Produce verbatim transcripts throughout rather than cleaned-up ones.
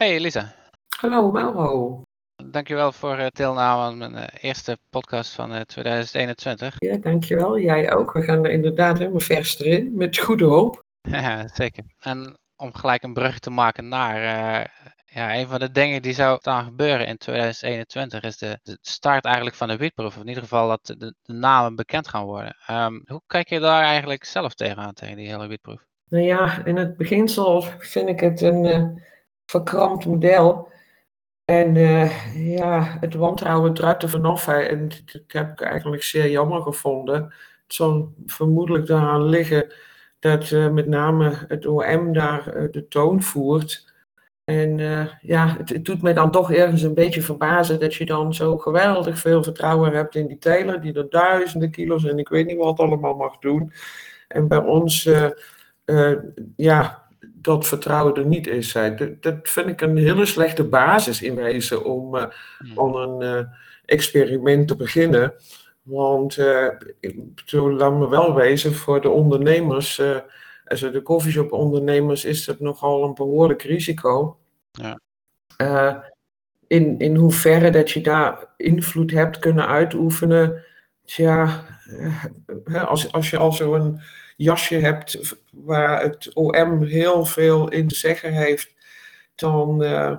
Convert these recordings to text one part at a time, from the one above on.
Hey Lisa, Hallo Mauro. dankjewel voor het deelname aan mijn eh, eerste podcast van eh, tweeduizend eenentwintig. Ja, dankjewel. Jij ook. We gaan er inderdaad helemaal vers erin, met goede hoop. Ja, zeker. En om gelijk een brug te maken naar eh, ja, een van de dingen die zou gaan gebeuren in tweeduizend eenentwintig is de, de start eigenlijk van de wietproef. Of in ieder geval dat de, de namen bekend gaan worden. Ehm, hoe kijk je daar eigenlijk zelf tegenaan, tegen die hele wietproef? Nou ja, in het beginsel vind ik het een uh, verkrampt model. En uh, ja, het wantrouwen druipt er vanaf. Hè. En dat heb ik eigenlijk zeer jammer gevonden. Het zal vermoedelijk daaraan liggen dat uh, met name het O M daar uh, de toon voert. En uh, ja, het, het doet mij dan toch ergens een beetje verbazen dat je dan zo geweldig veel vertrouwen hebt in die teler, die er duizenden kilo's en ik weet niet wat allemaal mag doen. En bij ons, uh, uh, ja, dat vertrouwen er niet is. Hè. Dat, dat vind ik een hele slechte basis in wezen om uh, aan een uh, experiment te beginnen. Want uh, toen laat me wel wezen, voor de ondernemers, uh, also de coffeeshop ondernemers, is dat nogal een behoorlijk risico. Ja. Uh, in, in hoeverre dat je daar invloed hebt kunnen uitoefenen. Tja, uh, als, als je al zo'n jasje hebt waar het O M heel veel in te zeggen heeft, dan uh,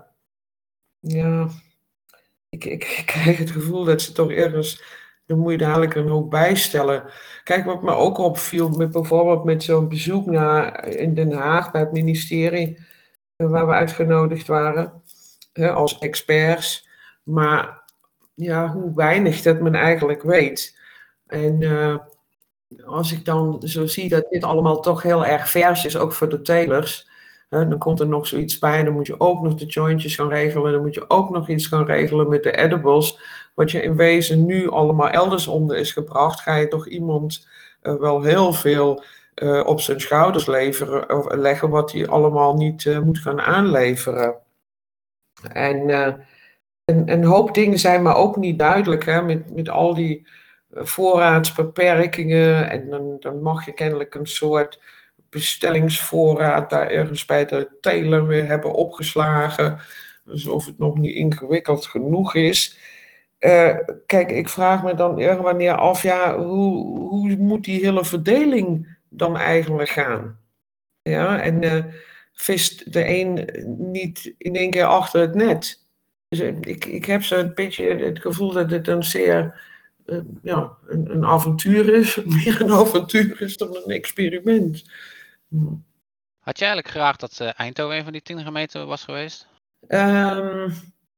ja, ik, ik, ik krijg het gevoel dat ze toch ergens, dan moet je dadelijk een hoop bijstellen. Kijk, wat me ook opviel, met bijvoorbeeld met zo'n bezoek naar, in Den Haag bij het ministerie, waar we uitgenodigd waren, hè, als experts, maar ja, hoe weinig dat men eigenlijk weet. En uh, als ik dan zo zie dat dit allemaal toch heel erg vers is, ook voor de telers, hè, dan komt er nog zoiets bij, dan moet je ook nog de jointjes gaan regelen, dan moet je ook nog iets gaan regelen met de edibles, wat je in wezen nu allemaal elders onder is gebracht, ga je toch iemand uh, wel heel veel uh, op zijn schouders leveren, of leggen wat hij allemaal niet uh, moet gaan aanleveren. En uh, een, een hoop dingen zijn maar ook niet duidelijk, hè, met, met al die voorraadsbeperkingen. En dan, dan mag je kennelijk een soort bestellingsvoorraad daar ergens bij de teler weer hebben opgeslagen. Alsof het nog niet ingewikkeld genoeg is. Uh, kijk, ik vraag me dan irgendwann neer af, ja, hoe, hoe moet die hele verdeling dan eigenlijk gaan? Ja, en uh, vist de een niet in één keer achter het net? Dus ik, ik heb zo een beetje het gevoel dat het een zeer uh, ja, een, een avontuur is. Meer een avontuur is dan een experiment. Hm. Had je eigenlijk graag dat uh, Eindhoven een van die tien gemeenten was geweest? Um,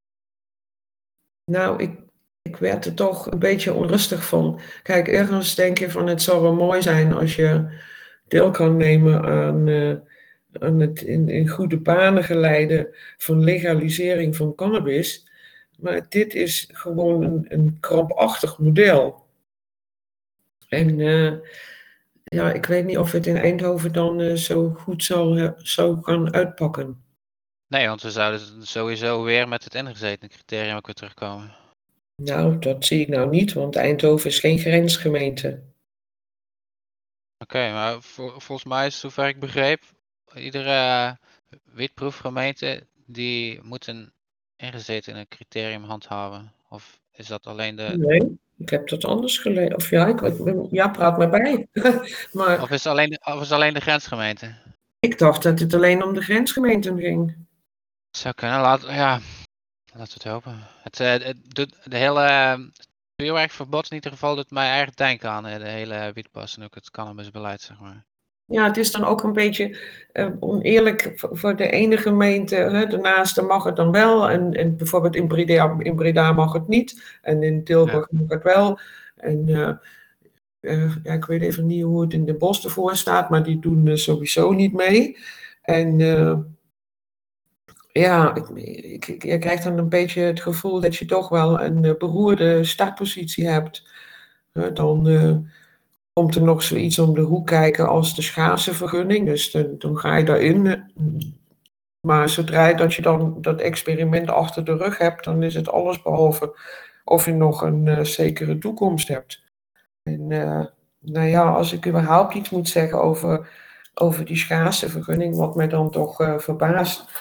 nou, ik, ik werd er toch een beetje onrustig van. Kijk, ergens denk je van het zou wel mooi zijn als je deel kan nemen aan, uh, aan het in, in goede banen geleiden van legalisering van cannabis. Maar dit is gewoon een, een krampachtig model. En uh, ja, ik weet niet of het in Eindhoven dan uh, zo goed zou, zou gaan uitpakken. Nee, want we zouden sowieso weer met het ingezeten criterium ook weer terugkomen. Nou, dat zie ik nou niet, want Eindhoven is geen grensgemeente. Oké, okay, maar vol, volgens mij is, zover ik begreep, iedere uh, wietproefgemeente die moet een ingezeten in een criterium handhaven. Of is dat alleen de... Nee, ik heb dat anders gelezen. Of ja, ik, ja, praat maar bij. maar Of is, alleen de, of is alleen de grensgemeente? Ik dacht dat het alleen om de grensgemeenten ging. Zou kunnen, laat, ja, laten we het hopen. Het, uh, het doet de hele uh, vuurwerkverbod in ieder geval doet mij erg denken aan uh, de hele wietpas en ook het cannabisbeleid, zeg maar. Ja, het is dan ook een beetje uh, oneerlijk voor de ene gemeente. Hè, de naaste mag het dan wel. En, en bijvoorbeeld in Breda, in Breda mag het niet. En in Tilburg ja. mag het wel. En uh, uh, ja, ik weet even niet hoe het in de Bosch ervoor staat. Maar die doen uh, sowieso niet mee. En uh, ja, ik, ik, je krijgt dan een beetje het gevoel dat je toch wel een uh, beroerde startpositie hebt. Uh, dan... Uh, komt er nog zoiets om de hoek kijken als de schaarsevergunning. Dus dan, dan ga je daarin. Maar zodra dat je dan dat experiment achter de rug hebt, dan is het alles behalve of je nog een uh, zekere toekomst hebt. En uh, nou ja, als ik überhaupt iets moet zeggen over, over die schaarsevergunning, wat mij dan toch uh, verbaast,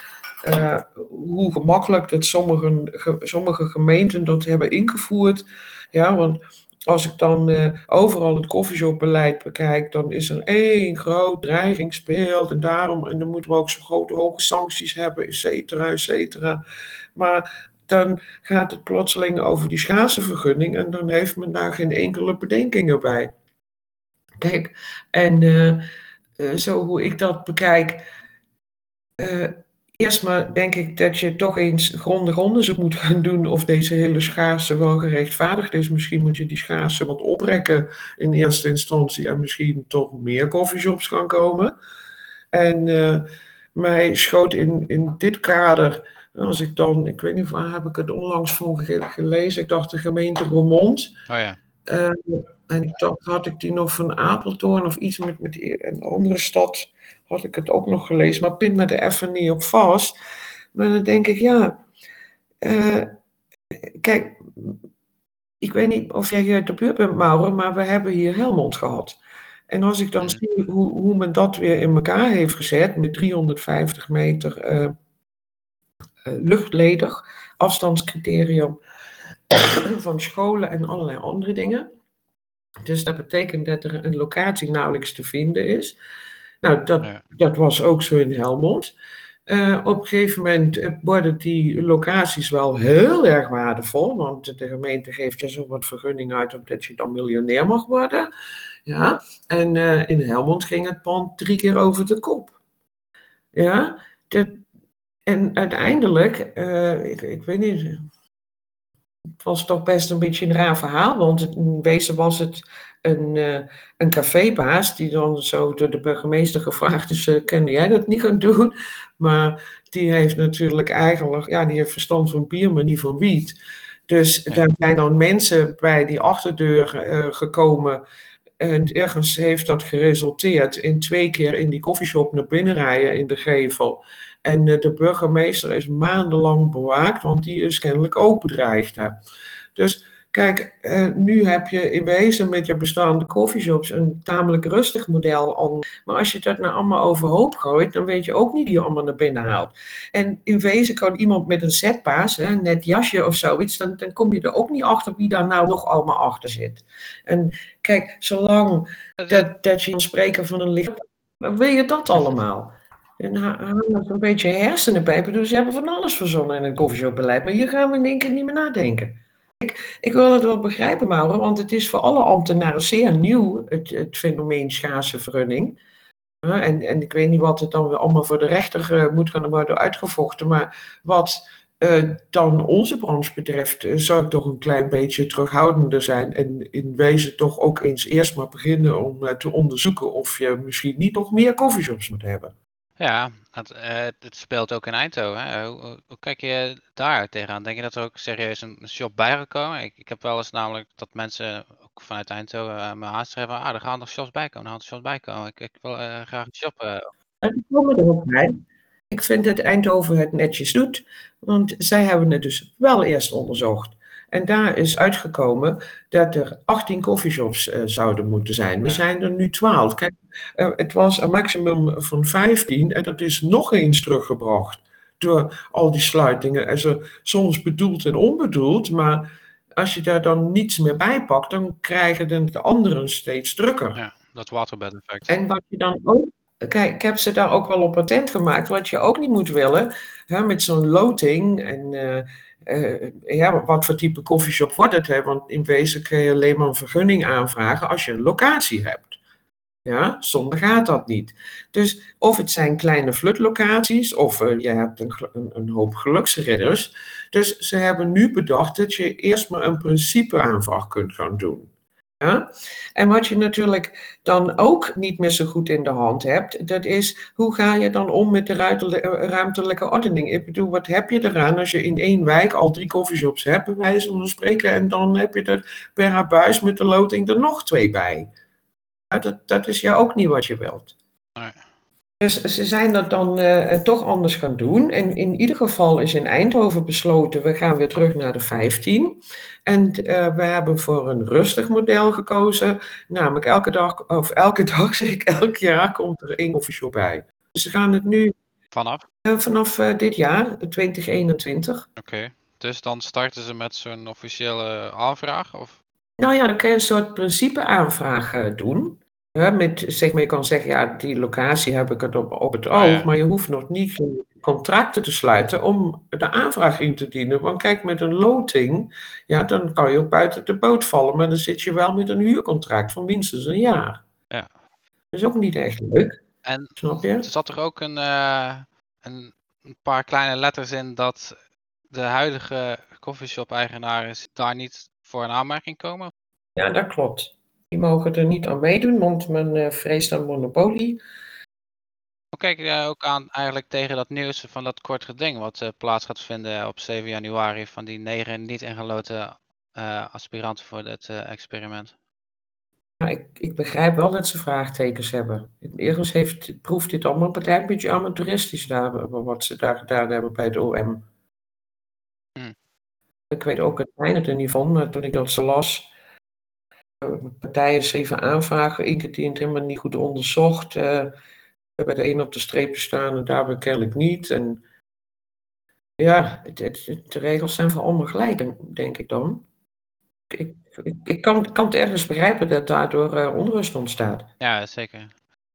uh, hoe gemakkelijk dat sommige, ge, sommige gemeenten dat hebben ingevoerd. Ja, want als ik dan uh, overal het koffieshopbeleid bekijk, dan is er één groot dreigingsbeeld en daarom, en dan moeten we ook zo grote hoge sancties hebben, et cetera, et cetera. Maar dan gaat het plotseling over die schaarsevergunning en dan heeft men daar geen enkele bedenkingen bij. Kijk, en uh, uh, zo hoe ik dat bekijk, uh, eerst maar denk ik dat je toch eens grondig onderzoek moet gaan doen of deze hele schaarste wel gerechtvaardigd is. Misschien moet je die schaarste wat oprekken in eerste instantie en misschien toch meer coffeeshops gaan komen. En uh, mij schoot in, in dit kader, als ik dan, ik weet niet waar heb ik het onlangs van gelezen, ik dacht de gemeente Roermond. Oh ja. Uh, en ik dacht, had ik die nog van Apeldoorn of iets met, met een andere stad, had ik het ook nog gelezen, maar pin me er even niet op vast. Maar dan denk ik, ja, uh, kijk, ik weet niet of jij hier uit de buurt bent, Mauro, maar we hebben hier Helmond gehad. En als ik dan zie hoe, hoe men dat weer in elkaar heeft gezet, met driehonderdvijftig meter uh, uh, luchtledig, afstandscriterium van scholen en allerlei andere dingen. Dus dat betekent dat er een locatie nauwelijks te vinden is. Nou, dat, ja. dat was ook zo in Helmond. Uh, op een gegeven moment worden die locaties wel heel erg waardevol, want de gemeente geeft je zo wat vergunning uit omdat je dan miljonair mag worden. Ja, en uh, in Helmond ging het pand drie keer over de kop. Ja, dat, en uiteindelijk, uh, ik, ik weet niet, het was toch best een beetje een raar verhaal, want in wezen was het een, uh, een cafébaas die dan zo door de burgemeester gevraagd is, uh, kan jij dat niet gaan doen? Maar die heeft natuurlijk eigenlijk, ja, die heeft verstand van bier, maar niet van wiet. Dus ja. Daar zijn dan mensen bij die achterdeur uh, gekomen. En ergens heeft dat geresulteerd in twee keer in die koffieshop naar binnen rijden in de gevel. En uh, de burgemeester is maandenlang bewaakt, want die is kennelijk ook bedreigd. Hè. Dus kijk, uh, nu heb je in wezen met je bestaande koffieshops een tamelijk rustig model aan. Maar als je dat nou allemaal overhoop gooit, dan weet je ook niet wie je allemaal naar binnen haalt. En in wezen kan iemand met een zetpaas, hè, een net jasje of zoiets, dan, dan kom je er ook niet achter wie daar nou nog allemaal achter zit. En kijk, zolang dat, dat je spreken van een licht, wil je dat allemaal? En halen er een beetje hersenen bij. Dus ze hebben van alles verzonnen in het koffieshopbeleid. Maar hier gaan we in één keer niet meer nadenken. Ik, ik wil het wel begrijpen, Mauro, want het is voor alle ambtenaren zeer nieuw, het, het fenomeen schaarsevergunning. Uh, en, en ik weet niet wat het dan weer allemaal voor de rechter uh, moet gaan worden uitgevochten. Maar wat uh, dan onze branche betreft, uh, zou ik toch een klein beetje terughoudender zijn. En in wezen toch ook eens eerst maar beginnen om uh, te onderzoeken of je misschien niet nog meer koffieshops moet hebben. Ja, het, uh, het speelt ook in Eindhoven. Hè? Hoe, hoe, hoe kijk je daar tegenaan? Denk je dat er ook serieus een shop bij gaat komen? Ik, ik heb wel eens namelijk dat mensen ook vanuit Eindhoven uh, me aanschrijven, ah, er gaan nog shops bij komen, er gaan nog shops bij komen. Ik, ik wil uh, graag een shop. Uh. En die komen er ook bij. Ik vind dat Eindhoven het netjes doet, want zij hebben het dus wel eerst onderzocht. En daar is uitgekomen dat er achttien koffieshops uh, zouden moeten zijn. Er zijn er nu twaalf. Kijk, uh, het was een maximum van vijftien en dat is nog eens teruggebracht door al die sluitingen. En zo, soms bedoeld en onbedoeld, maar als je daar dan niets meer bij pakt, dan krijgen de anderen steeds drukker. Ja, dat waterbed effect. En wat je dan ook... Kijk, ik heb ze daar ook wel op patent gemaakt. Wat je ook niet moet willen, hè, met zo'n loting en... Uh, Uh, ja, wat voor type koffieshop wordt het? Hè? Want in wezen kun je alleen maar een vergunning aanvragen als je een locatie hebt. Ja, zonder gaat dat niet. Dus of het zijn kleine flutlocaties, of uh, je hebt een, een, een hoop geluksridders. Dus ze hebben nu bedacht dat je eerst maar een principeaanvraag kunt gaan doen. Ja? En wat je natuurlijk dan ook niet meer zo goed in de hand hebt, dat is hoe ga je dan om met de ruimtelijke ordening? Ik bedoel, wat heb je eraan als je in één wijk al drie koffieshops hebt, bij wijze van spreken, en dan heb je er per abuis met de loting er nog twee bij. Ja, dat, dat is ja ook niet wat je wilt. Nee. Dus ze zijn dat dan uh, toch anders gaan doen. En in ieder geval is in Eindhoven besloten, we gaan weer terug naar de vijftien. En uh, we hebben voor een rustig model gekozen. Namelijk elke dag, of elke dag zeg ik, elk jaar komt er één koffieshop bij. Dus ze gaan het nu Vanaf? Uh, vanaf uh, dit jaar, twintig eenentwintig. Oké, okay. Dus dan starten ze met zo'n officiële aanvraag? Of? Nou ja, dan kan je een soort principe-aanvraag uh, doen. Uh, met, zeg maar, je kan zeggen, ja, die locatie heb ik het op, op het Oh, oog, ja. maar je hoeft nog niet contracten te sluiten om de aanvraag in te dienen. Want kijk, met een loting, ja, dan kan je ook buiten de boot vallen, maar dan zit je wel met een huurcontract van minstens een jaar. Ja. Dat is ook niet echt leuk. En snap je? Er zat er ook een, uh, een, een paar kleine letters in dat de huidige coffeeshop-eigenaren daar niet voor een aanmerking komen? Ja, dat klopt. Die mogen er niet aan meedoen, want men uh, vreest een monopolie. Hoe kijk je ook aan eigenlijk tegen dat nieuws van dat kort geding wat uh, plaats gaat vinden op zeven januari van die negen niet ingeloten uh, aspiranten voor dit uh, experiment? Ja, ik, ik begrijp wel dat ze vraagtekens hebben. Ergens heeft, proeft dit allemaal een partij een beetje amateuristisch daar, wat ze daar gedaan hebben bij het O M. Hmm. Ik weet ook het einde er niet van, maar toen ik dat zo las, partijen schreven aanvragen ingediend, helemaal niet goed onderzocht. Uh, bij de een op de streep staan en daarbij kennelijk niet. En ja, het, het, de regels zijn voor allemaal gelijk, denk ik dan. Ik, ik, ik kan, kan het ergens begrijpen dat daardoor uh, onrust ontstaat. Ja, zeker.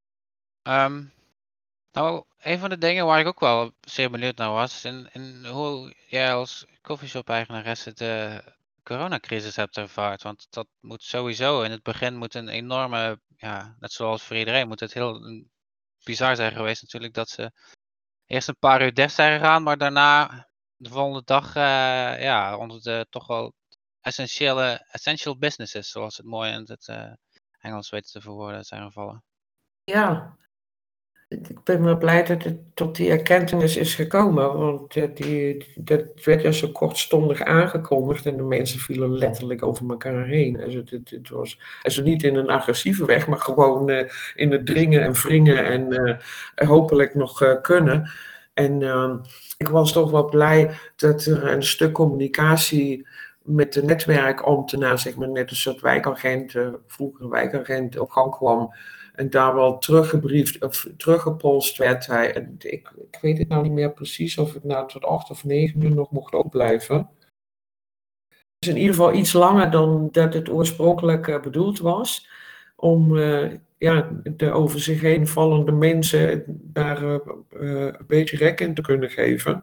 Um, nou, een van de dingen waar ik ook wel zeer benieuwd naar was, in, in hoe jij als coffeeshop-eigenaresse de coronacrisis hebt ervaard. Want dat moet sowieso, in het begin moet een enorme, ja, net zoals voor iedereen, moet het heel bizar zijn geweest natuurlijk dat ze eerst een paar uur dicht zijn gegaan, maar daarna de volgende dag, uh, ja, onder de toch wel essentiële, essential businesses, zoals het mooi in het uh, Engels weten te verwoorden, zijn gevallen. Ja, ik ben wel blij dat het tot die erkentenis is gekomen, want uh, die, dat werd ja zo kortstondig aangekondigd en de mensen vielen letterlijk over elkaar heen. Dus het, het, het was also niet in een agressieve weg, maar gewoon uh, in het dringen en wringen en uh, hopelijk nog uh, kunnen. En uh, ik was toch wel blij dat er een stuk communicatie met de netwerkambtenaar, zeg maar net een soort wijkagent, uh, vroeger wijkagent, op gang kwam. En daar wel teruggebriefd of teruggepolst werd hij. En ik, ik weet het nou niet meer precies of het nou tot acht of negen uur nog mocht opblijven. Dus in ieder geval iets langer dan dat het oorspronkelijk uh, bedoeld was. Om uh, ja, de over zich heen vallende mensen daar uh, uh, een beetje rek in te kunnen geven.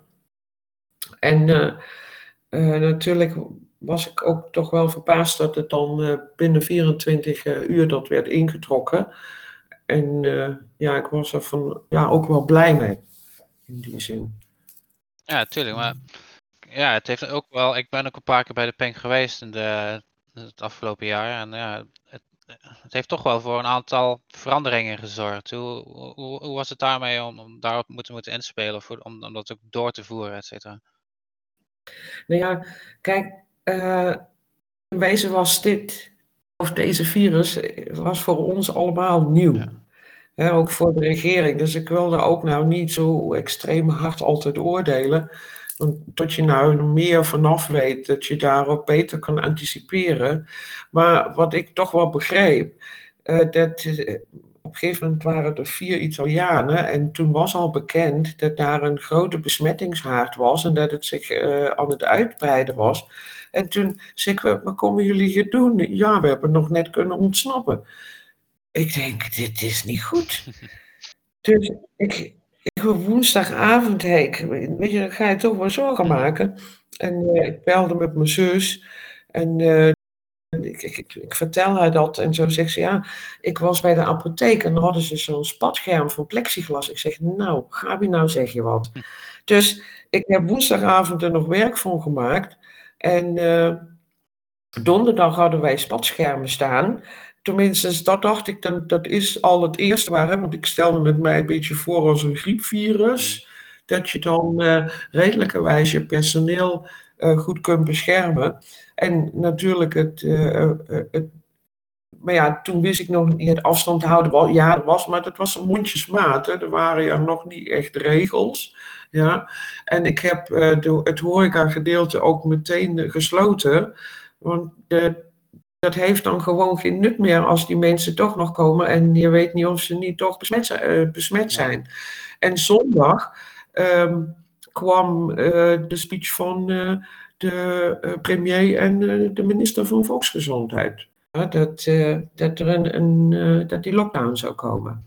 En uh, uh, natuurlijk was ik ook toch wel verbaasd dat het dan uh, binnen vierentwintig uh, uur dat werd ingetrokken. En uh, ja, ik was er van, ja, ook wel blij mee, in die zin. Ja, tuurlijk, maar ja, het heeft ook wel, ik ben ook een paar keer bij de Pink geweest in de, het afgelopen jaar en ja, het, het heeft toch wel voor een aantal veranderingen gezorgd. Hoe, hoe, hoe was het daarmee om, om daarop moeten, moeten inspelen, voor, om, om dat ook door te voeren, et cetera? Nou ja, kijk, uh, in wezen was dit, of deze virus, was voor ons allemaal nieuw. Ja. He, ook voor de regering. Dus ik wilde ook nou niet zo extreem hard altijd oordelen. Want tot je nou meer vanaf weet, dat je daarop beter kan anticiperen. Maar wat ik toch wel begreep, uh, dat uh, op een gegeven moment waren er vier Italianen. En toen was al bekend dat daar een grote besmettingshaard was en dat het zich uh, aan het uitbreiden was. En toen zei ik, wat komen jullie hier doen? Ja, we hebben nog net kunnen ontsnappen. Ik denk, dit is niet goed. Dus ik, ik woensdagavond, ik, weet je, dan ga je toch wel zorgen maken. En uh, ik belde met mijn zus en uh, ik, ik, ik, ik vertel haar dat. En zo zegt ze, ja, ik was bij de apotheek en dan hadden ze zo'n spatscherm van plexiglas. Ik zeg, nou, Gabi, nou zeg je wat. Dus ik heb woensdagavond er nog werk van gemaakt. En uh, donderdag hadden wij spatschermen staan. Tenminste, dat dacht ik, dat, dat is al het eerste waar, hè, want ik stelde het mij een beetje voor als een griepvirus. Mm. Dat je dan uh, redelijkerwijs je personeel uh, goed kunt beschermen. En natuurlijk het, uh, uh, het... Maar ja, toen wist ik nog niet het afstand houden. Ja, er was, maar dat was een mondjesmaat. Hè. Er waren ja nog niet echt regels. Ja. En ik heb uh, de, het horeca gedeelte ook meteen uh, gesloten. Want de dat heeft dan gewoon geen nut meer als die mensen toch nog komen en je weet niet of ze niet toch besmet, uh, besmet zijn. Ja. En zondag um, kwam uh, de speech van uh, de uh, premier en uh, de minister van Volksgezondheid. Ja, dat, uh, dat, er een, een, uh, dat die lockdown zou komen.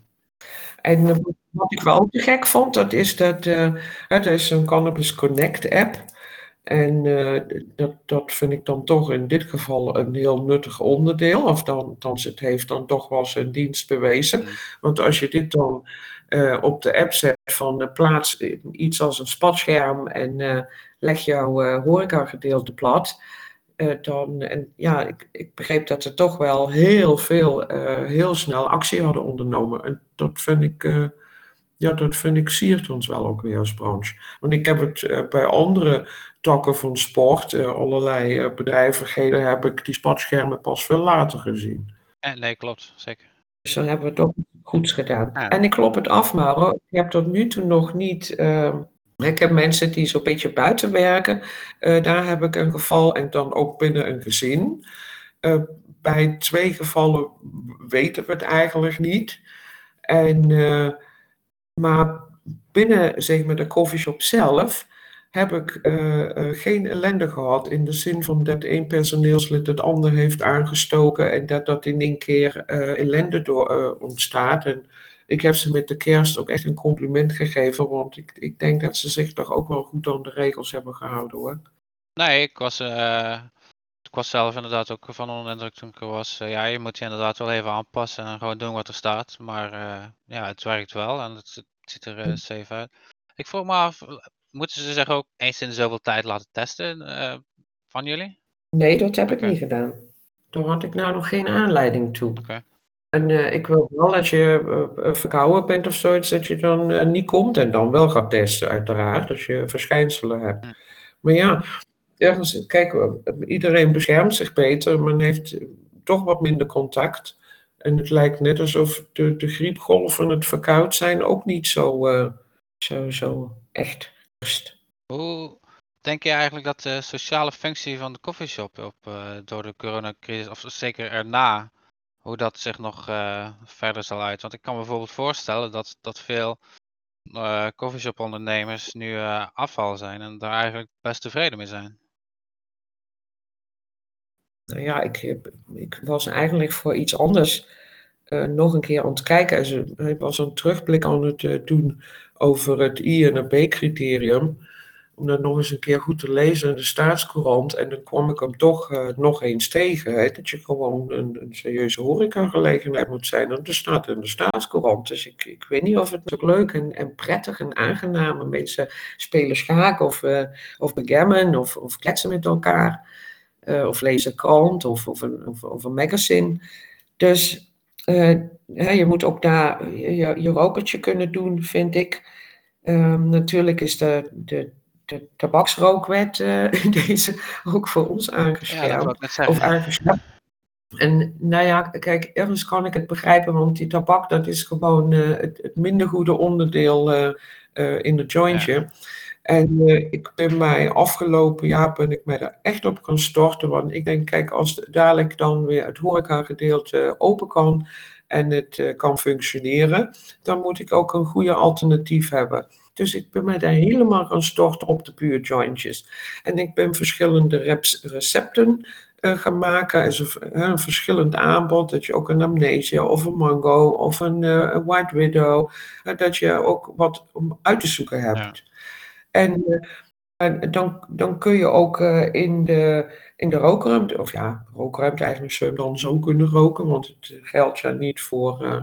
En uh, wat ik wel te gek vond, dat is dat uh, er is een Cannabis Connect app. En uh, dat, dat vind ik dan toch in dit geval een heel nuttig onderdeel. Of dan, althans, het heeft dan toch wel zijn dienst bewezen. Mm. Want als je dit dan uh, op de app zet van uh, plaats iets als een spatscherm en uh, leg jouw uh, horecagedeelte plat. Uh, dan, en ja, ik, ik begreep dat ze toch wel heel veel, uh, heel snel actie hadden ondernomen. En dat vind ik... Uh, Ja, dat vind ik siert ons wel ook weer als branche. Want ik heb het uh, bij andere takken van sport, uh, allerlei uh, bedrijvigheden, heb ik die spatschermen pas veel later gezien. Ja, nee, klopt, zeker. Dus dan hebben we het ook goeds gedaan. Ja. En ik klop het af, Mauro. Ik heb tot nu toe nog niet... Uh, ik heb mensen die zo'n beetje buiten werken. Uh, daar heb ik een geval en dan ook binnen een gezin. Uh, bij twee gevallen weten we het eigenlijk niet. En... Uh, Maar binnen zeg maar, de coffeeshop zelf heb ik uh, uh, geen ellende gehad. In de zin van dat één personeelslid het ander heeft aangestoken. En dat dat in één keer uh, ellende door, uh, ontstaat. En ik heb ze met de kerst ook echt een compliment gegeven. Want ik, ik denk dat ze zich toch ook wel goed aan de regels hebben gehouden hoor. Nee, ik was... Uh... Ik was zelf inderdaad ook van onder de indruk toen ik er was. Uh, ja, je moet je inderdaad wel even aanpassen en gewoon doen wat er staat. Maar uh, ja, het werkt wel en het, het ziet er uh, safe uit. Ik vroeg me af, moeten ze zich ook eens in de zoveel tijd laten testen uh, van jullie? Nee, dat heb okay. ik niet gedaan. Daar had ik nou nog geen aanleiding toe. Okay. En uh, ik wil wel als je uh, verkouden bent of zoiets, dat je dan uh, niet komt en dan wel gaat testen uiteraard, als je verschijnselen hebt. Hm. Maar ja... Ergens, kijk, iedereen beschermt zich beter, men heeft toch wat minder contact. En het lijkt net alsof de, de griepgolven en het verkoud zijn ook niet zo, uh, zo, zo echt. Hoe denk je eigenlijk dat de sociale functie van de coffeeshop op, uh, door de coronacrisis, of zeker erna, hoe dat zich nog uh, verder zal uit? Want ik kan me bijvoorbeeld voorstellen dat, dat veel uh, coffeeshop ondernemers nu uh, afval zijn en daar eigenlijk best tevreden mee zijn. Nou ja, ik, ik was eigenlijk voor iets anders uh, nog een keer aan het kijken. Ik was een terugblik aan het uh, doen over het I en het B-criterium. Om dat nog eens een keer goed te lezen in de Staatscourant. En dan kwam ik hem toch uh, nog eens tegen. Hè, dat je gewoon een, een serieuze horecagelegenheid moet zijn. En dat staat in de Staatscourant. Dus ik, ik weet niet of het ook leuk en, en prettig en aangenaam. Mensen spelen schaak of, uh, of backgammon of, of kletsen met elkaar. Uh, of lezen krant of, of, een, of, of een magazine. Dus uh, ja, je moet ook daar je, je rokertje kunnen doen, vind ik. Um, natuurlijk is de, de, de tabaksrookwet uh, in deze ook voor ons aangescherpt. Ja, dat wil ik net zeggen. Of aangescherpt. En nou ja, kijk, ergens kan ik het begrijpen, want die tabak, dat is gewoon uh, het, het minder goede onderdeel uh, uh, in het jointje. Ja. En uh, ik ben mij afgelopen jaar ben ik mij daar echt op gaan storten. Want ik denk, kijk, als dadelijk dan weer het horecagedeelte open kan en het uh, kan functioneren, dan moet ik ook een goede alternatief hebben. Dus ik ben mij daar helemaal gaan storten op de puur jointjes. En ik ben verschillende reps, recepten uh, gaan maken. En zo, uh, een verschillend aanbod, dat je ook een amnesia of een mango of een, uh, een white widow, uh, dat je ook wat om uit te zoeken hebt. Ja. En uh, dan, dan kun je ook uh, in, de, in de rookruimte, of ja, rookruimte eigenlijk zou je dan zo kunnen roken, want het geldt ja niet voor, uh,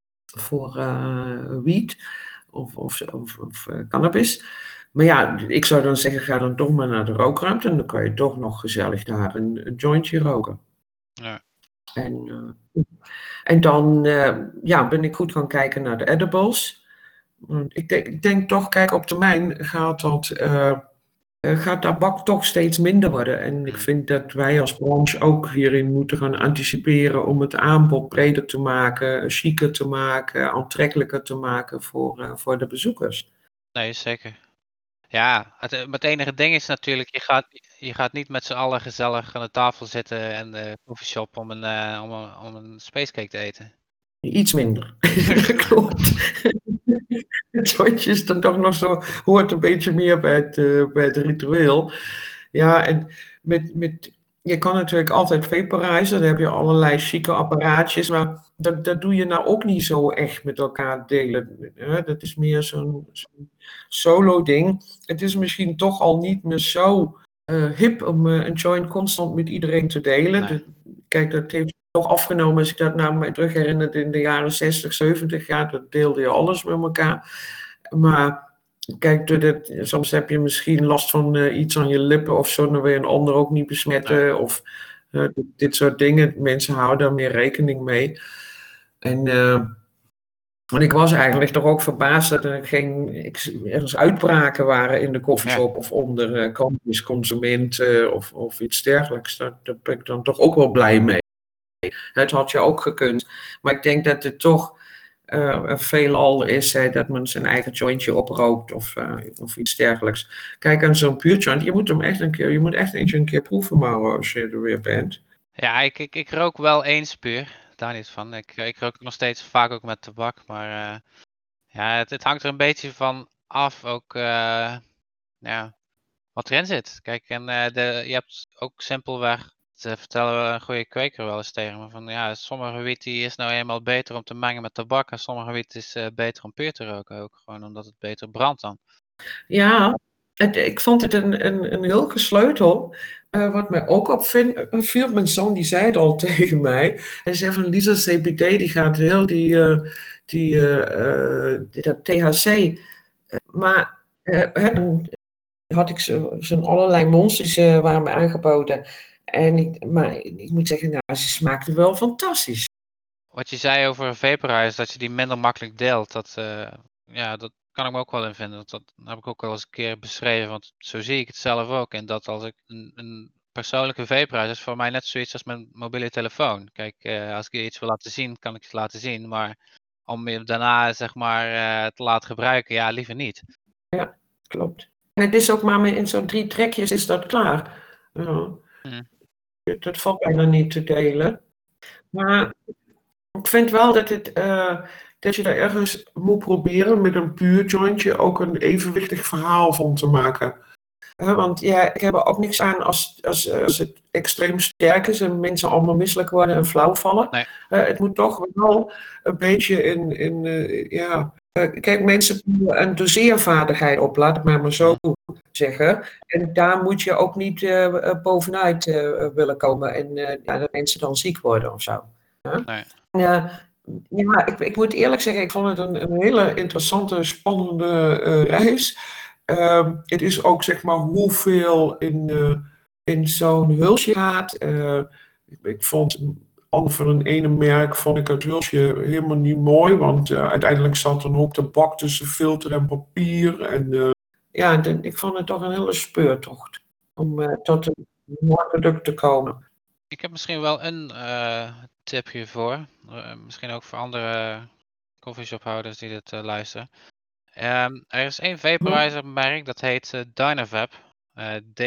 voor uh, wiet of, of, of, of uh, cannabis. Maar ja, ik zou dan zeggen, ga dan toch maar naar de rookruimte en dan kan je toch nog gezellig daar een, een jointje roken. Ja. En, uh, en dan uh, ja, ben ik goed gaan kijken naar de edibles. Ik denk, ik denk toch, kijk, op termijn gaat dat, uh, gaat tabak toch steeds minder worden. En ik vind dat wij als branche ook hierin moeten gaan anticiperen om het aanbod breder te maken, chiquer te maken, aantrekkelijker te maken voor, uh, voor de bezoekers. Nee, zeker. Ja, het, eh, het enige ding is natuurlijk, je gaat, je gaat niet met z'n allen gezellig aan de tafel zitten en de coffeeshop om een, uh, om een, om een spacecake te eten. Iets minder. Klopt. Het jointje is dan toch nog zo, hoort een beetje meer bij het, uh, bij het ritueel. Ja, en met, met, je kan natuurlijk altijd vaporizen, dan heb je allerlei chique apparaatjes, maar dat, dat doe je nou ook niet zo echt met elkaar delen. Hè? Dat is meer zo'n zo'n solo ding. Het is misschien toch al niet meer zo uh, hip om uh, een joint constant met iedereen te delen. Nee. De, kijk, dat heeft toch afgenomen, als ik dat nou me terug herinner, in de jaren zestig, zeventig, ja, dat deelde je alles met elkaar. Maar kijk, dit, soms heb je misschien last van uh, iets aan je lippen of zo, dan wil je een ander ook niet besmetten. Nee. Of uh, dit, dit soort dingen. Mensen houden daar meer rekening mee. En, uh, en ik was eigenlijk toch ook verbaasd dat er geen ergens uitbraken waren in de koffieshop, ja, of onder uh, cannabisconsumenten of, of iets dergelijks. Daar, daar ben ik dan toch ook wel blij mee. Het had je ook gekund. Maar ik denk dat het toch uh, veelal is uh, dat men zijn eigen jointje oprookt of, uh, of iets dergelijks. Kijk, aan zo'n puur joint, je moet hem echt een keer, je moet echt eentje een keer proeven, maar als je er weer bent. Ja, ik, ik, ik rook wel eens puur. Daar niet van. Ik, ik rook nog steeds vaak ook met tabak, maar uh, ja, het, het hangt er een beetje van af ook uh, ja, wat erin zit. Kijk, en uh, de, je hebt ook simpelweg, dat vertellen we een goede kweker wel eens tegen me, van ja, sommige wiet die is nou eenmaal beter om te mengen met tabak en sommige wiet is uh, beter om puur te roken ook, gewoon omdat het beter brandt dan. Ja, het, ik vond het een, een, een heel gesleutel. Uh, wat mij ook opviel, mijn zoon die zei het al tegen mij. Hij zei van Lisa, C B D die gaat heel die, uh, die, uh, uh, dat T H C. Uh, maar uh, had ik zo'n allerlei monsters uh, waren me aangeboden. En ik, maar ik moet zeggen, nou, ze smaakten wel fantastisch. Wat je zei over vaporize, dat je die minder makkelijk deelt, dat, uh, ja, dat kan ik me ook wel in vinden. Dat, dat heb ik ook wel eens een keer beschreven, want zo zie ik het zelf ook. En dat als ik een, een persoonlijke vaporize is voor mij net zoiets als mijn mobiele telefoon. Kijk, uh, als ik je iets wil laten zien, kan ik het laten zien. Maar om je daarna zeg maar uh, te laten gebruiken, ja, liever niet. Ja, klopt. En het is ook maar in zo'n drie trekjes is dat klaar. Uh, hmm. Dat valt bijna niet te delen. Maar ik vind wel dat, het, uh, dat je daar ergens moet proberen met een puur jointje ook een evenwichtig verhaal van te maken. Uh, want ja, ik heb er ook niks aan als, als, als het extreem sterk is en mensen allemaal misselijk worden en flauw vallen. Nee. Uh, het moet toch wel een beetje in, in uh, ja... Uh, kijk, mensen hebben een doseervaardigheid op, laat het maar maar zo zeggen. En daar moet je ook niet uh, bovenuit uh, willen komen en uh, ja, dat mensen dan ziek worden of zo. Huh? Nee. Uh, ja, ik, ik moet eerlijk zeggen, ik vond het een, een hele interessante, spannende uh, reis. Uh, het is ook zeg maar hoeveel in, uh, in zo'n hulsje gaat. Uh, ik, ik vond van een ene merk vond ik het hulsje helemaal niet mooi, want uh, uiteindelijk zat een hoop tabak tussen filter en papier. En uh, ja, de, ik vond het toch een hele speurtocht om uh, tot een mooi product te komen. Ik heb misschien wel een uh, tip hiervoor, uh, misschien ook voor andere coffeeshophouders die dit uh, luisteren. Um, er is één vaporizer merk, dat heet uh, Dynavap. Uh, D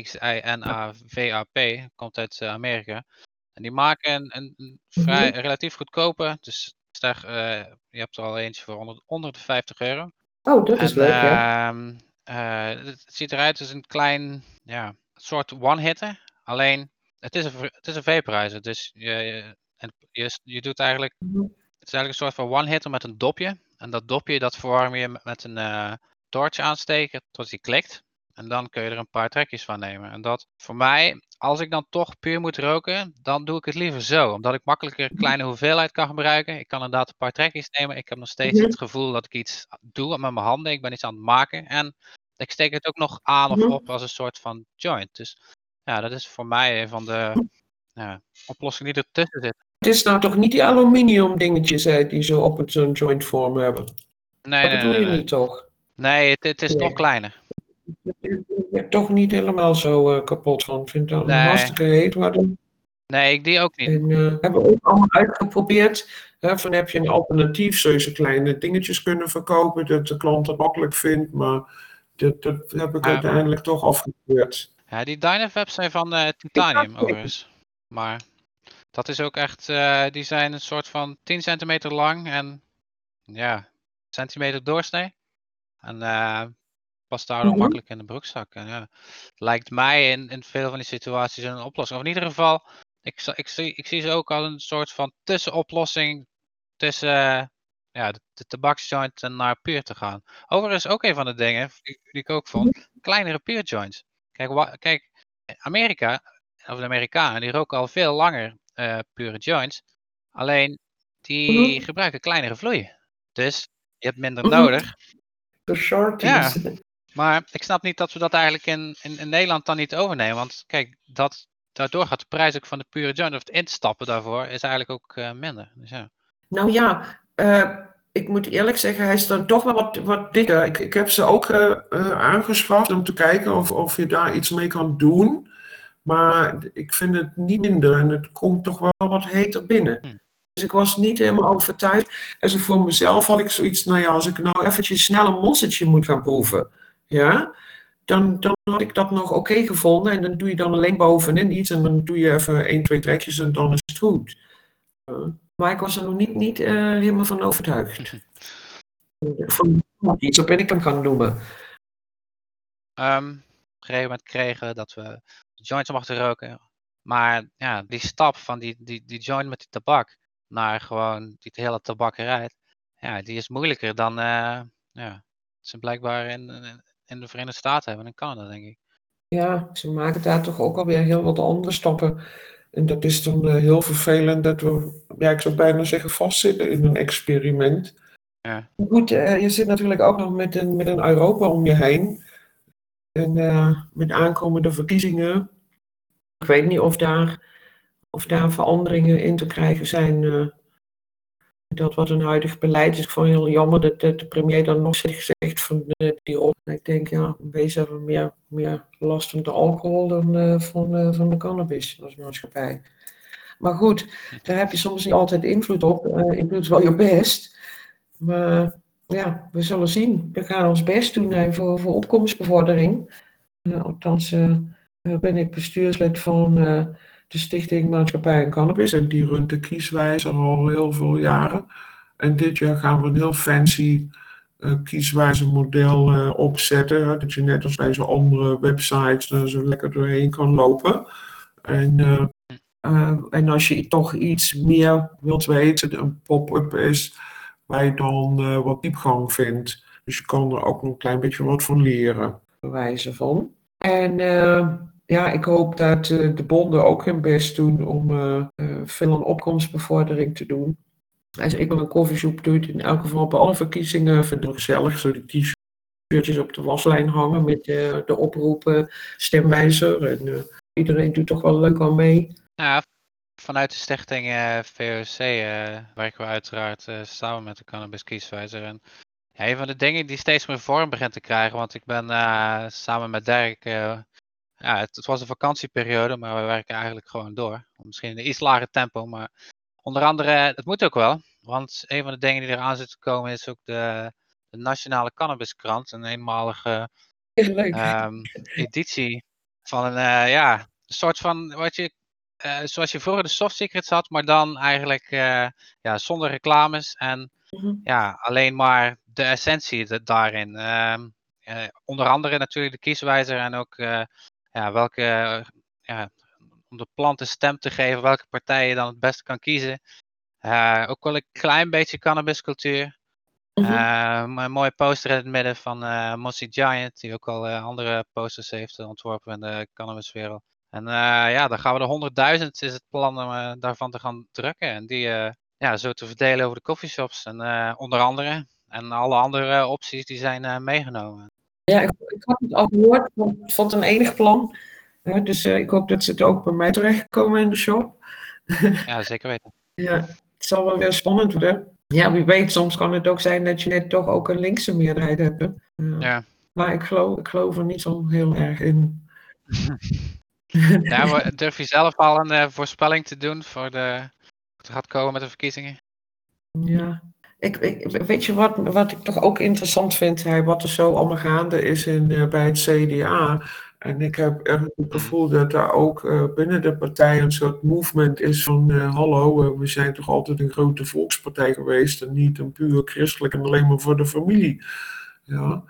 I N A V A P, komt uit uh, Amerika. En die maken een, een, een vrij mm-hmm. relatief goedkope, dus daar, uh, je hebt er al eentje voor onder, onder de vijftig euro. Oh, dat en, is leuk, ja. Uh, uh, het ziet eruit als een klein, ja, soort one-hitter. Alleen, het is een, het is een vaporizer, dus je, je, je, je doet eigenlijk, mm-hmm. het is eigenlijk een soort van one-hitter met een dopje. En dat dopje, dat verwarm je met een uh, torch aansteken tot die klikt. En dan kun je er een paar trekjes van nemen. En dat voor mij, als ik dan toch puur moet roken, dan doe ik het liever zo. Omdat ik makkelijker een kleine hoeveelheid kan gebruiken. Ik kan inderdaad een paar trekjes nemen. Ik heb nog steeds mm-hmm. het gevoel dat ik iets doe met mijn handen. Ik ben iets aan het maken. En ik steek het ook nog aan of op als een soort van joint. Dus ja, dat is voor mij een van de ja, oplossingen die ertussen zitten. Het is nou toch niet die aluminium dingetjes hè, die zo op het zo'n joint vorm hebben? Nee, dat nee, bedoel nee, je nee. niet toch? Nee, het, het is nee. nog kleiner. Ik ben toch niet helemaal zo uh, kapot van. Ik vind dat nee. een hartstikke heet worden. Nee, ik die ook niet. En uh, hebben we ook allemaal uitgeprobeerd. Hè, van heb je een alternatief, zou je ze kleine dingetjes kunnen verkopen, dat de klant dat makkelijk vindt. Maar Dat, dat heb ik Ah, uiteindelijk toch afgekeurd. ja, die Dynavap's zijn van uh, Ik titanium dacht, overigens. Maar dat is ook echt, uh, die zijn een soort van tien centimeter lang en ja, centimeter doorsnee. En uh, past daardoor mhm, makkelijk in de broekzak. En ja, lijkt mij in, in veel van die situaties een oplossing. Of in ieder geval, ik, ik, zie, ik zie ze ook als een soort van tussenoplossing tussen uh, ja, de, de tabaksjoint en naar puur te gaan. Overigens ook een van de dingen die, die ik ook mhm, vond, kleinere puurjoints. Kijk, wa, kijk, Amerika, of de Amerikanen, die roken al veel langer uh, pure joints. Alleen, die mhm, gebruiken kleinere vloeien. Dus je hebt minder mhm. nodig. De Ja, shorties. maar ik snap niet dat we dat eigenlijk in, in, in Nederland dan niet overnemen. Want kijk, dat, daardoor gaat de prijs ook van de pure joint, of het instappen daarvoor, is eigenlijk ook uh, minder. Dus ja. Nou ja, uh, ik moet eerlijk zeggen, hij is dan toch wel wat, wat dikker. Ik, ik heb ze ook uh, uh, aangeschaft om te kijken of, of je daar iets mee kan doen. Maar ik vind het niet minder en het komt toch wel wat heter binnen. Hm. Dus ik was niet helemaal overtuigd. En zo voor mezelf had ik zoiets, nou ja, als ik nou eventjes snel een monstertje moet gaan proeven, ja, dan, dan had ik dat nog oké okay gevonden. En dan doe je dan alleen bovenin iets en dan doe je even één, twee trekjes en dan is het goed. Uh, maar ik was er nog niet, niet uh, helemaal van overtuigd. Van iets op en ik hem gaan noemen. Um, op een gegeven moment kregen dat we joints mochten roken. Maar ja, die stap van die, die, die joint met die tabak naar gewoon die hele tabakkerij, ja, die is moeilijker dan uh, ja, ze blijkbaar in, in de Verenigde Staten hebben en in Canada, denk ik. Ja, ze maken daar toch ook alweer heel wat andere stappen. En dat is dan uh, heel vervelend dat we, ja, ik zou bijna zeggen, vastzitten in een experiment. Ja. Goed, uh, je zit natuurlijk ook nog met een, met een Europa om je heen. En uh, met aankomende verkiezingen. Ik weet niet of daar, of daar veranderingen in te krijgen zijn. Uh, dat wat een huidig beleid is. Ik vond het heel jammer dat, dat de premier dan nog zegt van uh, die op. Ik denk, ja, wezen hebben meer, meer last van de alcohol dan uh, van, uh, van de cannabis als maatschappij. Maar goed, daar heb je soms niet altijd invloed op. Uh, je doet wel je best. Maar ja, we zullen zien. We gaan ons best doen uh, voor, voor opkomstbevordering. Uh, althans uh, ben ik bestuurslid van uh, de Stichting Maatschappij en Cannabis. En die runt de kieswijzer al heel veel jaren. En dit jaar gaan we een heel fancy uh, kieswijzermodel uh, opzetten. Dat je net als bij zo'n andere websites uh, zo lekker doorheen kan lopen. En... Uh, Uh, en als je toch iets meer wilt weten, een pop-up is waar je dan uh, wat diepgang vindt. Dus je kan er ook een klein beetje wat van leren, bij wijze van. En uh, ja, ik hoop dat uh, de bonden ook hun best doen om uh, uh, veel aan opkomstbevordering te doen. Als ik wel een koffieshop doe, in elk geval bij alle verkiezingen, vind ik het gezellig, zo die t-shirtjes op de waslijn hangen met uh, de oproepen, stemwijzer. En uh, iedereen doet toch wel leuk aan mee. Ja, vanuit de stichting uh, V O C uh, werken we uiteraard uh, samen met de Cannabis Kieswijzer. En ja, een van de dingen die steeds meer vorm begint te krijgen, want ik ben uh, samen met Dirk, uh, ja, het, het was een vakantieperiode, maar we werken eigenlijk gewoon door. Misschien in een iets lager tempo, maar onder andere, het moet ook wel. Want een van de dingen die eraan zit te komen is ook de, de Nationale Cannabiskrant, een eenmalige um, editie van een, uh, ja, een soort van, wat je, uh, zoals je vroeger de soft secrets had, maar dan eigenlijk uh, ja, zonder reclames en Mm-hmm. ja, alleen maar de essentie de, daarin. Uh, uh, onder andere natuurlijk de kieswijzer en ook uh, ja, welke, uh, ja, om de planten stem te geven, welke partij je dan het beste kan kiezen. Uh, ook wel een klein beetje cannabiscultuur. Uh, een mooie poster in het midden van uh, Mossy Giant, die ook al uh, andere posters heeft uh, ontworpen in de cannabiswereld. En uh, ja, dan gaan we de honderdduizend is het plan om uh, daarvan te gaan drukken. En die uh, ja, zo te verdelen over de coffeeshops. En uh, onder andere. En alle andere opties die zijn uh, meegenomen. Ja, ik, ik had het al gehoord. Ik vond het een enig plan. Uh, dus uh, ik hoop dat ze het ook bij mij terechtkomen in de shop. Ja, zeker weten. Ja, het zal wel weer spannend worden. Ja, wie weet, soms kan het ook zijn dat je net toch ook een linkse meerderheid hebt. Uh, ja. Maar ik geloof, ik geloof er niet zo heel erg in. Ja, maar durf je zelf al een uh, voorspelling te doen voor de, wat er gaat komen met de verkiezingen? Ja, Ik, ik, weet je wat, wat ik toch ook interessant vind, hè, wat er zo allemaal gaande is in, uh, bij het C D A. En ik heb echt het gevoel dat daar ook uh, binnen de partij een soort movement is van uh, hallo, uh, we zijn toch altijd een grote volkspartij geweest en niet een puur christelijk en alleen maar voor de familie. Ja.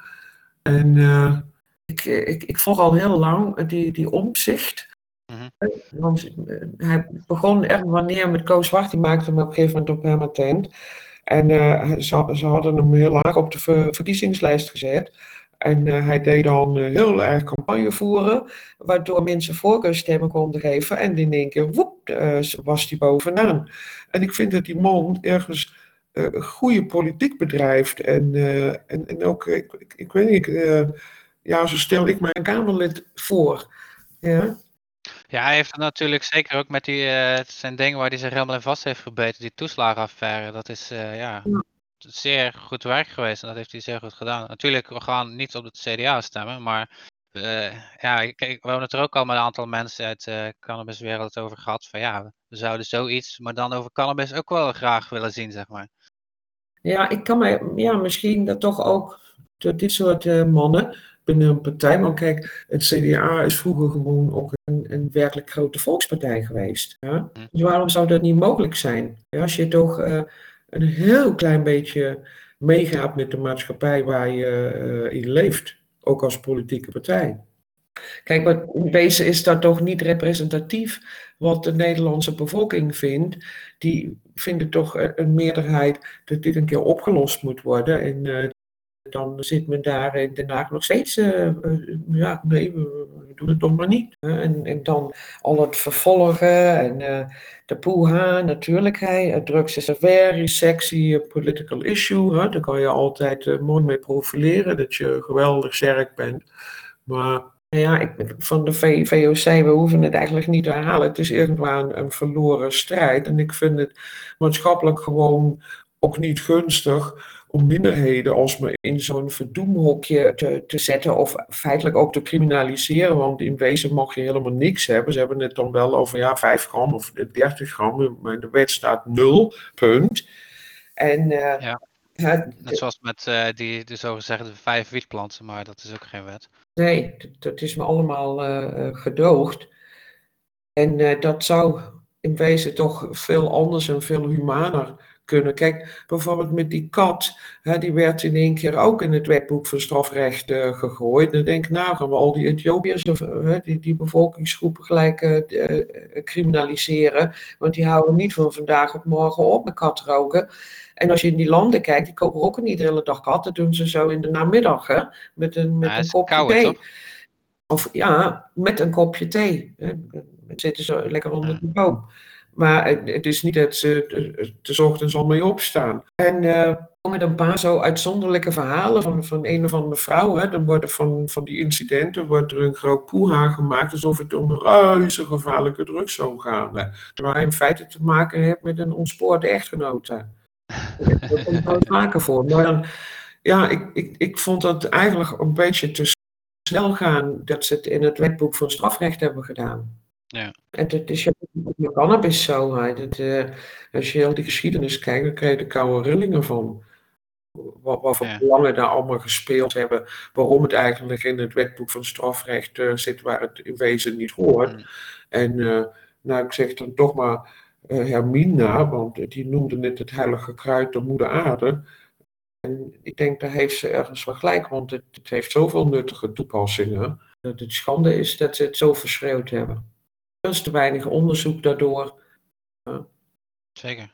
En uh, ik, ik, ik volg al heel lang die, die Omtzigt. Mm-hmm. Want uh, hij begon echt wanneer met Koos Zwart, die maakte hem op een gegeven moment op permanent. En uh, ze, ze hadden hem heel laag op de ver, verkiezingslijst gezet. En uh, hij deed dan uh, heel erg campagne voeren, waardoor mensen voorkeurstemmen konden geven. En in één keer, woep, uh, was hij bovenaan. En ik vind dat die man ergens uh, goede politiek bedrijft. En, uh, en, en ook, ik, ik, ik weet niet, uh, ja, zo stel ik mij een Kamerlid voor. Ja. Ja, hij heeft het natuurlijk zeker ook met die, uh, het zijn dingen waar hij zich helemaal in vast heeft gebeten, die toeslagenaffaire. Dat is uh, ja, Ja. zeer goed werk geweest en dat heeft hij zeer goed gedaan. Natuurlijk, we gaan niet op het C D A stemmen, maar uh, ja, kijk, we hebben het er ook al met een aantal mensen uit de uh, cannabiswereld over gehad. Van ja, we zouden zoiets, maar dan over cannabis ook wel graag willen zien, zeg maar. Ja, ik kan mij, ja, misschien dat toch ook dit soort uh, mannen binnen een partij. Want kijk, het C D A is vroeger gewoon ook een, een werkelijk grote volkspartij geweest. Ja? Hm. Dus waarom zou dat niet mogelijk zijn? Ja, als je toch uh, een heel klein beetje meegaat met de maatschappij waar je uh, in leeft, ook als politieke partij. Kijk, wat in wezen is dat toch niet representatief wat de Nederlandse bevolking vindt. Die vinden toch een meerderheid dat dit een keer opgelost moet worden. En uh, dan zit men daar in Den Haag nog steeds, uh, uh, ja, nee, we, we doen het nog maar niet. Uh, en, en dan al het vervolgen en uh, de poeha, natuurlijk. Hey, drugs is a very sexy political issue. Huh? Daar kan je altijd uh, mooi mee profileren, dat je geweldig sterk bent. Maar ja, ik, van de V O C, we hoeven het eigenlijk niet te herhalen. Het is irgendwann een verloren strijd. En ik vind het maatschappelijk gewoon ook niet gunstig om minderheden alsmaar in zo'n verdoemhokje te, te zetten of feitelijk ook te criminaliseren. Want in wezen mag je helemaal niks hebben. Ze hebben het dan wel over ja, vijf gram of dertig gram, maar in de wet staat nul, punt. En uh, ja. Het, Net zoals met uh, die de zogezegde vijf wietplanten, maar dat is ook geen wet. Nee, dat is me allemaal uh, gedoogd. En uh, dat zou in wezen toch veel anders en veel humaner kunnen. Kijk, bijvoorbeeld met die kat, hè, die werd in één keer ook in het wetboek van strafrecht uh, gegooid. Dan denk ik, nou gaan we al die Ethiopiërs, uh, die, die bevolkingsgroepen gelijk uh, uh, criminaliseren. Want die houden niet van vandaag op morgen op met katroken. En als je in die landen kijkt, die kopen ook niet de hele dag kat. Dat doen ze zo in de namiddag, hè, met een, met ja, een kopje koude, thee. toch? Of ja, met een kopje thee. Dan zitten ze lekker onder de boom. Maar het is niet dat ze de ochtends al mee opstaan. En uh, met een paar zo uitzonderlijke verhalen van, van een of andere vrouw. Hè. Dan worden van, van die incidenten wordt er een groot poeha gemaakt alsof het om een reuze gevaarlijke drugs zou gaan. Hè. Terwijl hij in feite te maken heeft met een ontspoorde echtgenote. Dat komt nooit vaker voor. Maar dan, ja, ik, ik, ik vond dat eigenlijk een beetje te snel gaan dat ze het in het wetboek van strafrecht hebben gedaan. Ja. En dat is met cannabis zo. Dat, uh, als je heel die geschiedenis kijkt, dan krijg je er koude rillingen van. Wat, wat voor ja. belangen daar allemaal gespeeld hebben. Waarom het eigenlijk in het wetboek van strafrecht uh, zit waar het in wezen niet hoort. Mm. En uh, nou, ik zeg dan toch maar uh, Hermina, want die noemde net het heilige kruid de moeder aarde. En ik denk, daar heeft ze ergens wel gelijk, want het, het heeft zoveel nuttige toepassingen. Dat het schande is dat ze het zo verschreeuwd hebben. Er is te weinig onderzoek daardoor. Ja. Zeker.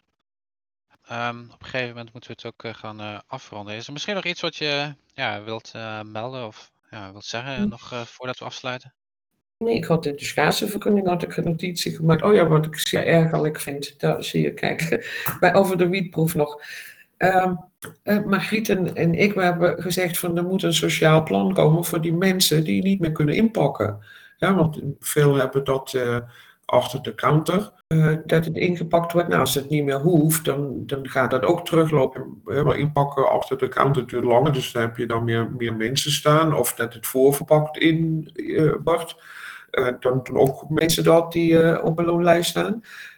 Um, op een gegeven moment moeten we het ook uh, gaan uh, afronden. Is er misschien nog iets wat je ja, wilt uh, melden of ja, wilt zeggen hm. nog uh, voordat we afsluiten? Nee, ik had in de schaatsenvergunning had ik een notitie gemaakt. Oh ja, wat ik zeer ergerlijk vind. Daar zie je, kijk, bij over de wietproef nog. Um, uh, Margriet en, en ik we hebben gezegd van er moet een sociaal plan komen voor die mensen die niet meer kunnen inpakken. Ja, want veel hebben dat uh, achter de counter, uh, dat het ingepakt wordt. Nou, als het niet meer hoeft, dan, dan gaat dat ook teruglopen. Maar inpakken achter de counter duurt langer, dus dan heb je dan meer, meer mensen staan. Of dat het voorverpakt in uh, wordt. Uh, dan doen ook mensen dat die uh, op een loonlijst staan.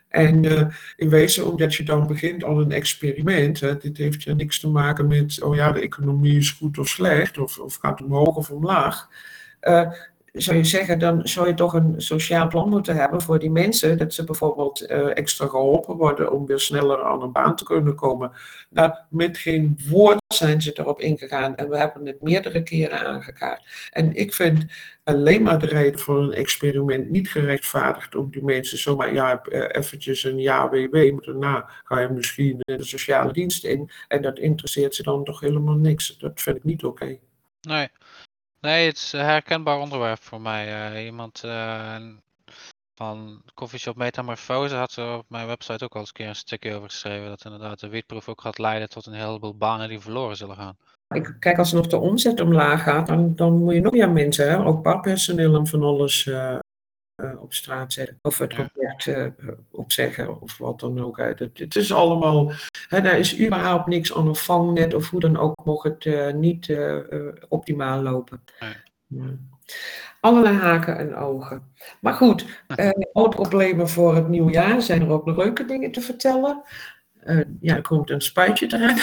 En uh, in wezen, omdat je dan begint aan een experiment, hè, dit heeft ja niks te maken met, oh ja, de economie is goed of slecht, of, of gaat omhoog of omlaag. Uh, zou je zeggen, dan zou je toch een sociaal plan moeten hebben voor die mensen, dat ze bijvoorbeeld uh, extra geholpen worden om weer sneller aan een baan te kunnen komen. Nou, met geen woord zijn ze erop ingegaan en we hebben het meerdere keren aangekaart. En ik vind alleen maar de reden voor een experiment niet gerechtvaardigd om die mensen zomaar, ja, eventjes een jaar W W, maar daarna ga je misschien de sociale dienst in en dat interesseert ze dan toch helemaal niks. Dat vind ik niet oké. Okay. Nee. Nee, het is een herkenbaar onderwerp voor mij. Uh, iemand uh, van Coffeeshop Metamorfose had er op mijn website ook al eens een keer een stukje over geschreven. Dat inderdaad de wietproef ook gaat leiden tot een heleboel banen die verloren zullen gaan. Ik, kijk, als nog de omzet omlaag gaat, dan, dan moet je nog meer mensen, hè? Ook barpersoneel en van alles uh, uh, op straat zetten. Of het contract ja. uh, opzeggen of wat dan ook. Het, het is allemaal, hè, daar is überhaupt niks aan een vangnet of hoe dan ook mocht het uh, niet uh, uh, optimaal lopen. Nee. Ja. Allerlei haken en ogen. Maar goed, uh, alle problemen voor het nieuwe jaar. Zijn er ook nog leuke dingen te vertellen? Uh, ja, er komt een spuitje erin.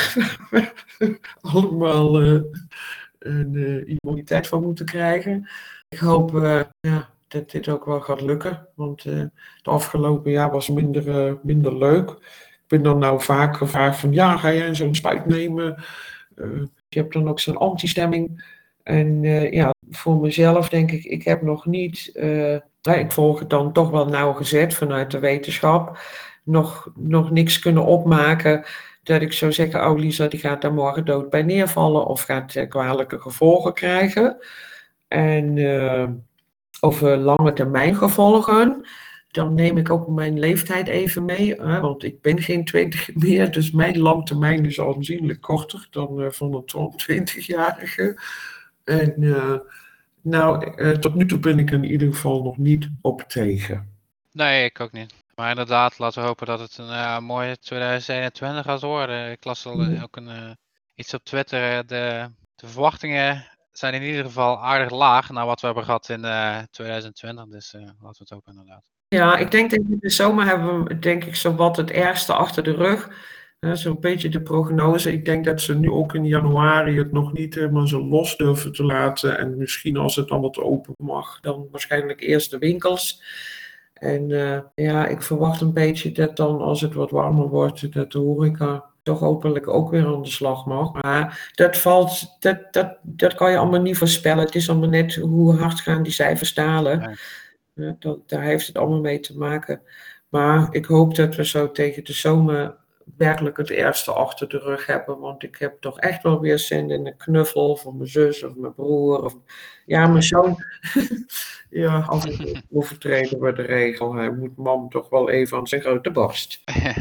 Allemaal uh, een uh, immuniteit van moeten krijgen. Ik hoop uh, ja, dat dit ook wel gaat lukken. Want uh, het afgelopen jaar was minder, uh, minder leuk. Ik ben dan nou vaak gevraagd van ja, ga jij zo'n spuit nemen? Uh, je hebt dan ook zo'n antistemming. En uh, ja, voor mezelf denk ik, ik heb nog niet, uh, ja, ik volg het dan toch wel nauwgezet vanuit de wetenschap, nog, nog niks kunnen opmaken dat ik zou zeggen, oh Lisa, die gaat daar morgen dood bij neervallen of gaat uh, kwalijke gevolgen krijgen. En uh, over lange termijn gevolgen, dan neem ik ook mijn leeftijd even mee, hè, want ik ben geen twintig meer, dus mijn langtermijn is aanzienlijk korter dan uh, van een twintigjarige. En uh, nou, uh, tot nu toe ben ik in ieder geval nog niet op tegen. Nee, ik ook niet. Maar inderdaad, laten we hopen dat het een uh, mooie twintig eenentwintig gaat worden. Ik las al uh, ook een, uh, iets op Twitter. De, de verwachtingen zijn in ieder geval aardig laag naar wat we hebben gehad in uh, twintig twintig. Dus uh, laten we het hopen inderdaad. Ja, ik denk dat in de zomer hebben we denk ik zo wat het ergste achter de rug. Uh, Zo'n beetje de prognose. Ik denk dat ze nu ook in januari het nog niet helemaal zo los durven te laten. En misschien als het dan wat open mag, dan waarschijnlijk eerst de winkels. En uh, ja, ik verwacht een beetje dat dan als het wat warmer wordt, dat de horeca toch hopelijk ook weer aan de slag mag. Maar dat valt, dat, dat, dat kan je allemaal niet voorspellen. Het is allemaal net hoe hard gaan die cijfers dalen. Ja. Ja, dat, daar heeft het allemaal mee te maken. Maar ik hoop dat we zo tegen de zomer werkelijk het ergste achter de rug hebben. Want ik heb toch echt wel weer zin in een knuffel van mijn zus of mijn broer. Of, ja, mijn zoon. Ja, af en toe overtreden we de regel. Hij moet mam toch wel even aan zijn grote borst.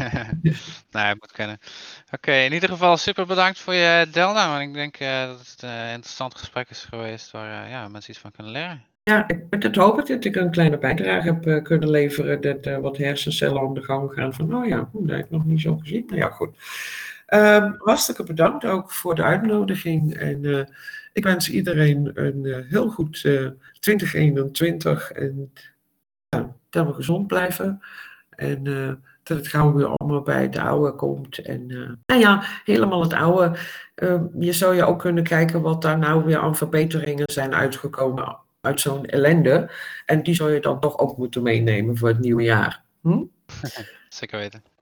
Nee, het moet kunnen. Oké, okay, in ieder geval super bedankt voor je deelname. Ik denk uh, dat het een interessant gesprek is geweest waar uh, ja, mensen iets van kunnen leren. Ja, ik dat hoop ik dat ik een kleine bijdrage heb uh, kunnen leveren. Dat uh, wat hersencellen aan de gang gaan van, oh ja, dat heb ik nog niet zo gezien. Nou ja, goed. Um, hartstikke bedankt ook voor de uitnodiging. En uh, ik wens iedereen een uh, heel goed uh, twintig eenentwintig. En uh, dat we gezond blijven. En uh, dat het gauw weer allemaal bij het oude komt. En uh, nou ja, helemaal het oude. Uh, je zou je ook kunnen kijken wat daar nou weer aan verbeteringen zijn uitgekomen uit zo'n ellende. En die zou je dan toch ook moeten meenemen voor het nieuwe jaar. Hm? Zeker weten.